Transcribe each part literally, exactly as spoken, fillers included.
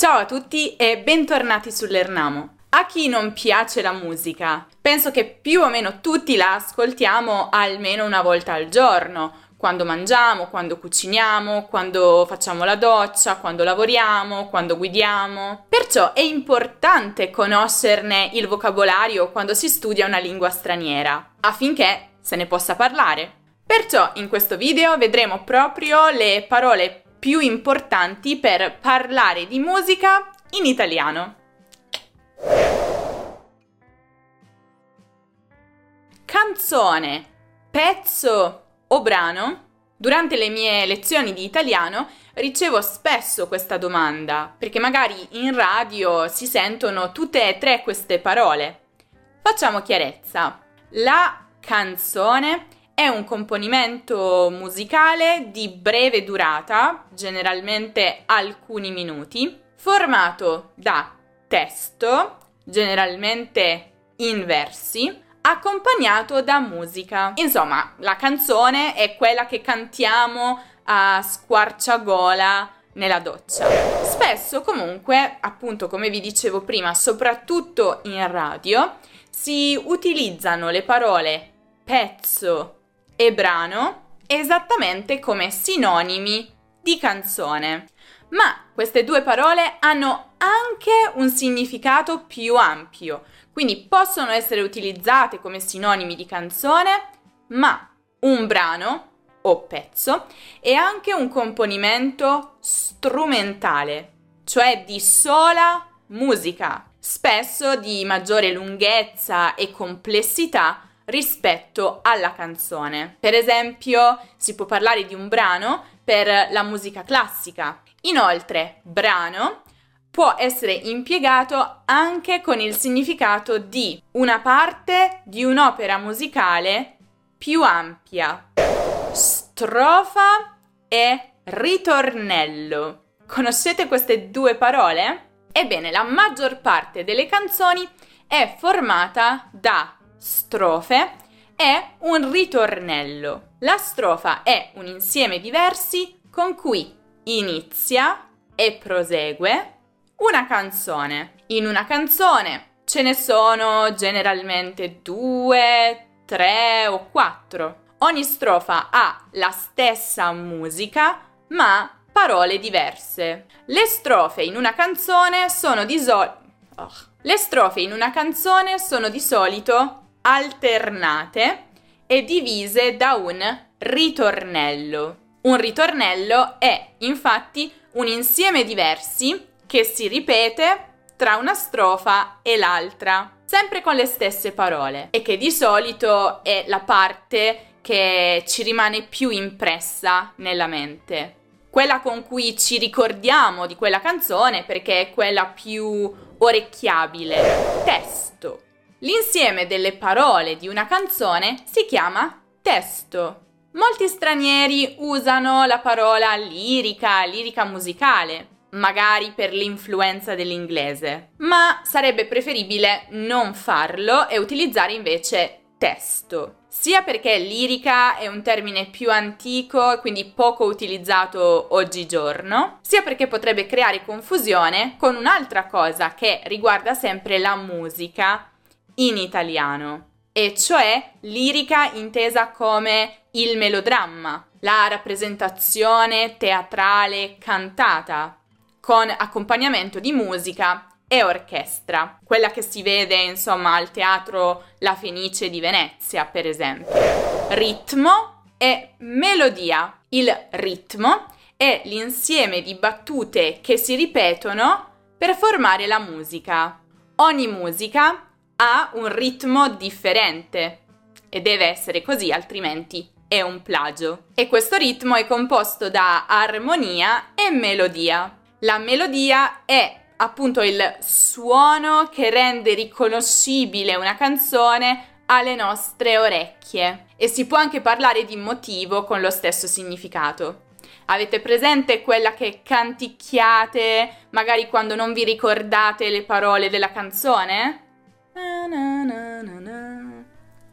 Ciao a tutti e bentornati sull'Ernamo. A chi non piace la musica? Penso che più o meno tutti la ascoltiamo almeno una volta al giorno, quando mangiamo, quando cuciniamo, quando facciamo la doccia, quando lavoriamo, quando guidiamo. Perciò è importante conoscerne il vocabolario quando si studia una lingua straniera, affinché se ne possa parlare. Perciò in questo video vedremo proprio le parole più importanti per parlare di musica in italiano. Canzone, pezzo o brano? Durante le mie lezioni di italiano ricevo spesso questa domanda, perché magari in radio si sentono tutte e tre queste parole. Facciamo chiarezza. La canzone è un componimento musicale di breve durata, generalmente alcuni minuti, formato da testo, generalmente in versi, accompagnato da musica. Insomma, la canzone è quella che cantiamo a squarciagola nella doccia. Spesso, comunque, appunto come vi dicevo prima, soprattutto in radio, si utilizzano le parole pezzo e brano esattamente come sinonimi di canzone. Ma queste due parole hanno anche un significato più ampio, quindi possono essere utilizzate come sinonimi di canzone, ma un brano o pezzo è anche un componimento strumentale, cioè di sola musica, spesso di maggiore lunghezza e complessità rispetto alla canzone. Per esempio, si può parlare di un brano per la musica classica. Inoltre, brano può essere impiegato anche con il significato di una parte di un'opera musicale più ampia. Strofa e ritornello. Conoscete queste due parole? Ebbene, la maggior parte delle canzoni è formata da strofe e un ritornello. La strofa è un insieme di versi con cui inizia e prosegue una canzone. In una canzone ce ne sono generalmente due, tre o quattro. Ogni strofa ha la stessa musica, ma parole diverse. Le strofe in una canzone sono di solito oh. Le strofe in una canzone sono di solito alternate e divise da un ritornello. Un ritornello è infatti un insieme di versi che si ripete tra una strofa e l'altra, sempre con le stesse parole, e che di solito è la parte che ci rimane più impressa nella mente, quella con cui ci ricordiamo di quella canzone perché è quella più orecchiabile. Testo. L'insieme delle parole di una canzone si chiama testo. Molti stranieri usano la parola lirica, lirica musicale, magari per l'influenza dell'inglese, ma sarebbe preferibile non farlo e utilizzare invece testo, sia perché lirica è un termine più antico e quindi poco utilizzato oggigiorno, sia perché potrebbe creare confusione con un'altra cosa che riguarda sempre la musica in italiano, e cioè lirica intesa come il melodramma, la rappresentazione teatrale cantata con accompagnamento di musica e orchestra, quella che si vede insomma al teatro La Fenice di Venezia, per esempio. Ritmo e melodia. Il ritmo è l'insieme di battute che si ripetono per formare la musica. Ogni musica ha un ritmo differente e deve essere così, altrimenti è un plagio. E questo ritmo è composto da armonia e melodia. La melodia è appunto il suono che rende riconoscibile una canzone alle nostre orecchie, e si può anche parlare di motivo con lo stesso significato. Avete presente quella che canticchiate magari quando non vi ricordate le parole della canzone? Na na na na na.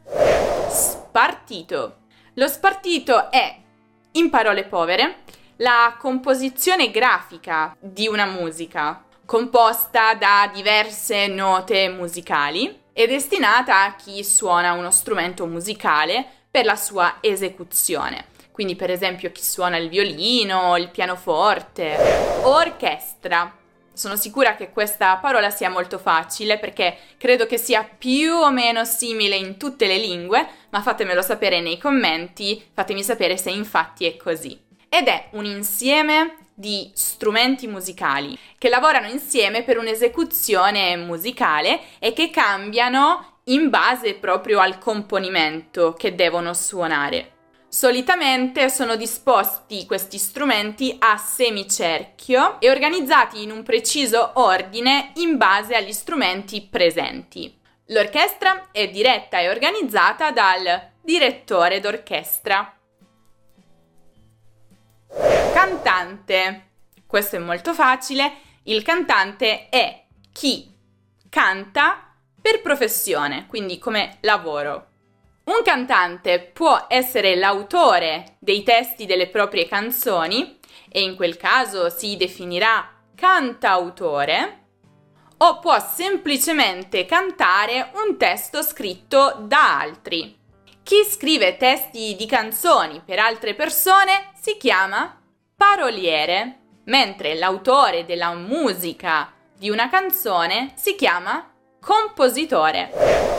Spartito. Lo spartito è, in parole povere, la composizione grafica di una musica, composta da diverse note musicali, è destinata a chi suona uno strumento musicale per la sua esecuzione. Quindi per esempio chi suona il violino, il pianoforte. Orchestra. Sono sicura che questa parola sia molto facile perché credo che sia più o meno simile in tutte le lingue, ma fatemelo sapere nei commenti, fatemi sapere se infatti è così. Ed è un insieme di strumenti musicali che lavorano insieme per un'esecuzione musicale e che cambiano in base proprio al componimento che devono suonare. Solitamente sono disposti questi strumenti a semicerchio e organizzati in un preciso ordine in base agli strumenti presenti. L'orchestra è diretta e organizzata dal direttore d'orchestra. Cantante. Questo è molto facile. Il cantante è chi canta per professione, quindi come lavoro. Un cantante può essere l'autore dei testi delle proprie canzoni e in quel caso si definirà cantautore, o può semplicemente cantare un testo scritto da altri. Chi scrive testi di canzoni per altre persone si chiama paroliere, mentre l'autore della musica di una canzone si chiama compositore.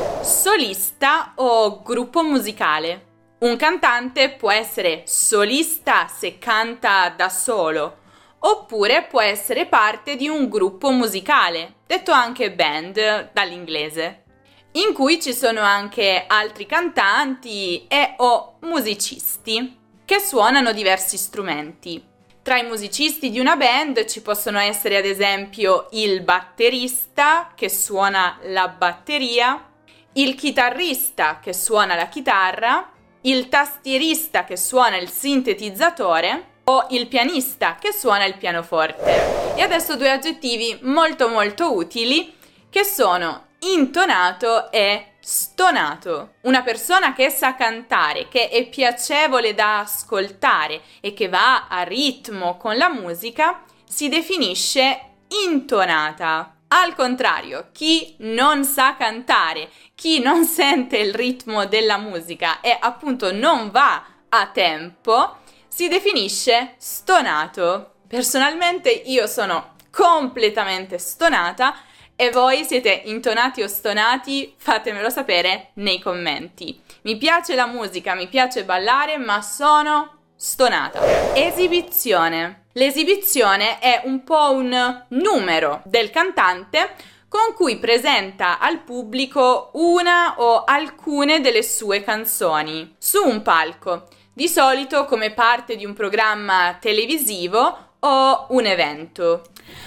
Solista o gruppo musicale. Un cantante può essere solista se canta da solo, oppure può essere parte di un gruppo musicale, detto anche band dall'inglese, in cui ci sono anche altri cantanti e o musicisti che suonano diversi strumenti. Tra i musicisti di una band ci possono essere ad esempio il batterista che suona la batteria, il chitarrista che suona la chitarra, il tastierista che suona il sintetizzatore o il pianista che suona il pianoforte. E adesso due aggettivi molto molto utili che sono intonato e stonato. Una persona che sa cantare, che è piacevole da ascoltare e che va a ritmo con la musica, si definisce intonata. Al contrario, chi non sa cantare, chi non sente il ritmo della musica e appunto non va a tempo, si definisce stonato. Personalmente io sono completamente stonata e voi siete intonati o stonati? Fatemelo sapere nei commenti. Mi piace la musica, mi piace ballare, ma sono stonata. Esibizione. L'esibizione è un po' un numero del cantante con cui presenta al pubblico una o alcune delle sue canzoni su un palco, di solito come parte di un programma televisivo o un evento.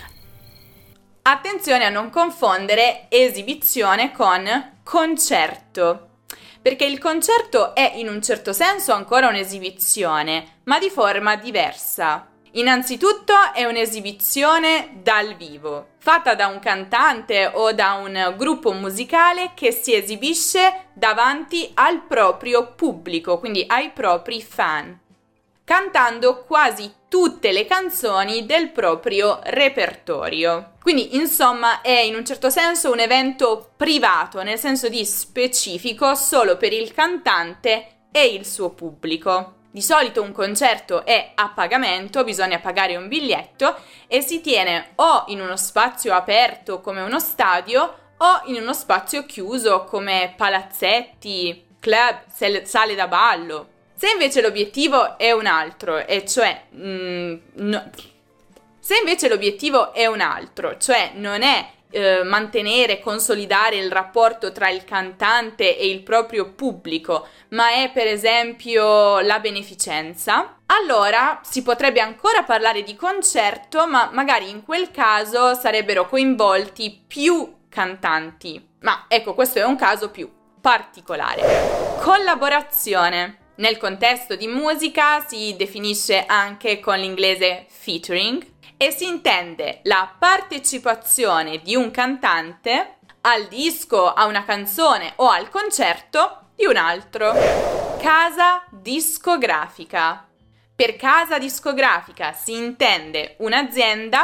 Attenzione a non confondere esibizione con concerto, perché il concerto è in un certo senso ancora un'esibizione, ma di forma diversa. Innanzitutto è un'esibizione dal vivo, fatta da un cantante o da un gruppo musicale che si esibisce davanti al proprio pubblico, quindi ai propri fan, cantando quasi tutte le canzoni del proprio repertorio. Quindi, insomma, è in un certo senso un evento privato, nel senso di specifico solo per il cantante e il suo pubblico. Di solito un concerto è a pagamento, bisogna pagare un biglietto e si tiene o in uno spazio aperto come uno stadio o in uno spazio chiuso come palazzetti, club, sale da ballo. Se invece l'obiettivo è un altro, e cioè mm, no, se invece l'obiettivo è un altro, cioè non è eh, mantenere, consolidare il rapporto tra il cantante e il proprio pubblico, ma è per esempio la beneficenza, allora si potrebbe ancora parlare di concerto, ma magari in quel caso sarebbero coinvolti più cantanti. Ma ecco, questo è un caso più particolare. Collaborazione. Nel contesto di musica si definisce anche con l'inglese featuring e si intende la partecipazione di un cantante al disco, a una canzone o al concerto di un altro. Casa discografica. Per casa discografica si intende un'azienda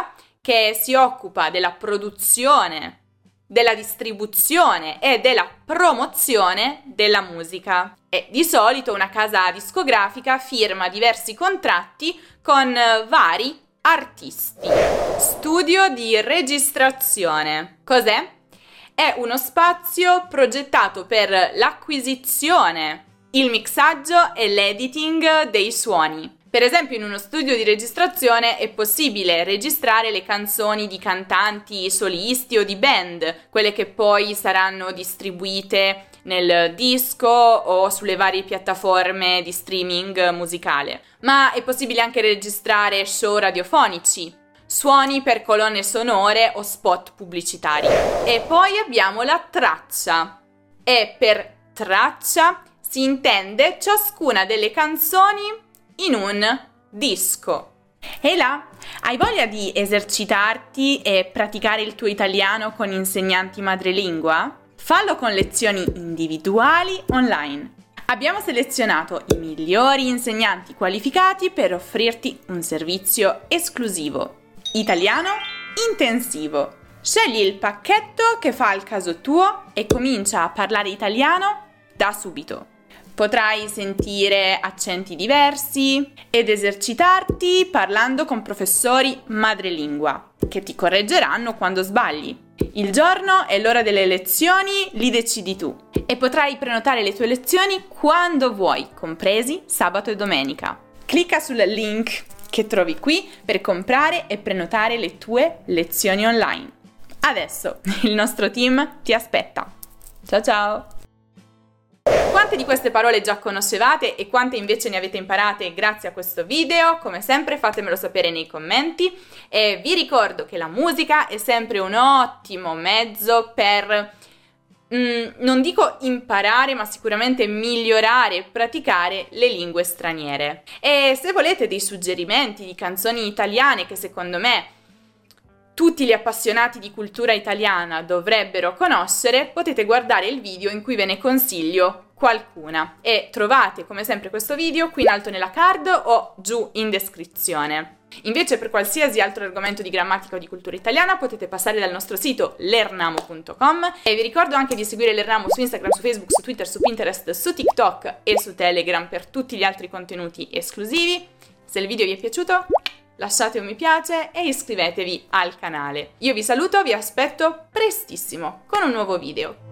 che si occupa della produzione, della distribuzione e della promozione della musica. E di solito una casa discografica firma diversi contratti con vari artisti. Studio di registrazione. Cos'è? È uno spazio progettato per l'acquisizione, il mixaggio e l'editing dei suoni. Per esempio, in uno studio di registrazione è possibile registrare le canzoni di cantanti, solisti o di band, quelle che poi saranno distribuite nel disco o sulle varie piattaforme di streaming musicale. Ma è possibile anche registrare show radiofonici, suoni per colonne sonore o spot pubblicitari. E poi abbiamo la traccia. E per traccia si intende ciascuna delle canzoni in un disco. E là, hai voglia di esercitarti e praticare il tuo italiano con insegnanti madrelingua? Fallo con lezioni individuali online. Abbiamo selezionato i migliori insegnanti qualificati per offrirti un servizio esclusivo. Italiano intensivo. Scegli il pacchetto che fa al caso tuo e comincia a parlare italiano da subito. Potrai sentire accenti diversi ed esercitarti parlando con professori madrelingua che ti correggeranno quando sbagli. Il giorno e l'ora delle lezioni li decidi tu e potrai prenotare le tue lezioni quando vuoi, compresi sabato e domenica. Clicca sul link che trovi qui per comprare e prenotare le tue lezioni online. Adesso il nostro team ti aspetta. Ciao ciao! Quante di queste parole già conoscevate e quante invece ne avete imparate grazie a questo video? Come sempre fatemelo sapere nei commenti e vi ricordo che la musica è sempre un ottimo mezzo per, mm, non dico imparare, ma sicuramente migliorare e praticare le lingue straniere. E se volete dei suggerimenti di canzoni italiane che secondo me tutti gli appassionati di cultura italiana dovrebbero conoscere, potete guardare il video in cui ve ne consiglio qualcuna e trovate come sempre questo video qui in alto nella card o giù in descrizione. Invece per qualsiasi altro argomento di grammatica o di cultura italiana potete passare dal nostro sito lernamo punto com e vi ricordo anche di seguire Lernamo su Instagram, su Facebook, su Twitter, su Pinterest, su TikTok e su Telegram per tutti gli altri contenuti esclusivi. Se il video vi è piaciuto lasciate un mi piace e iscrivetevi al canale. Io vi saluto, vi aspetto prestissimo con un nuovo video.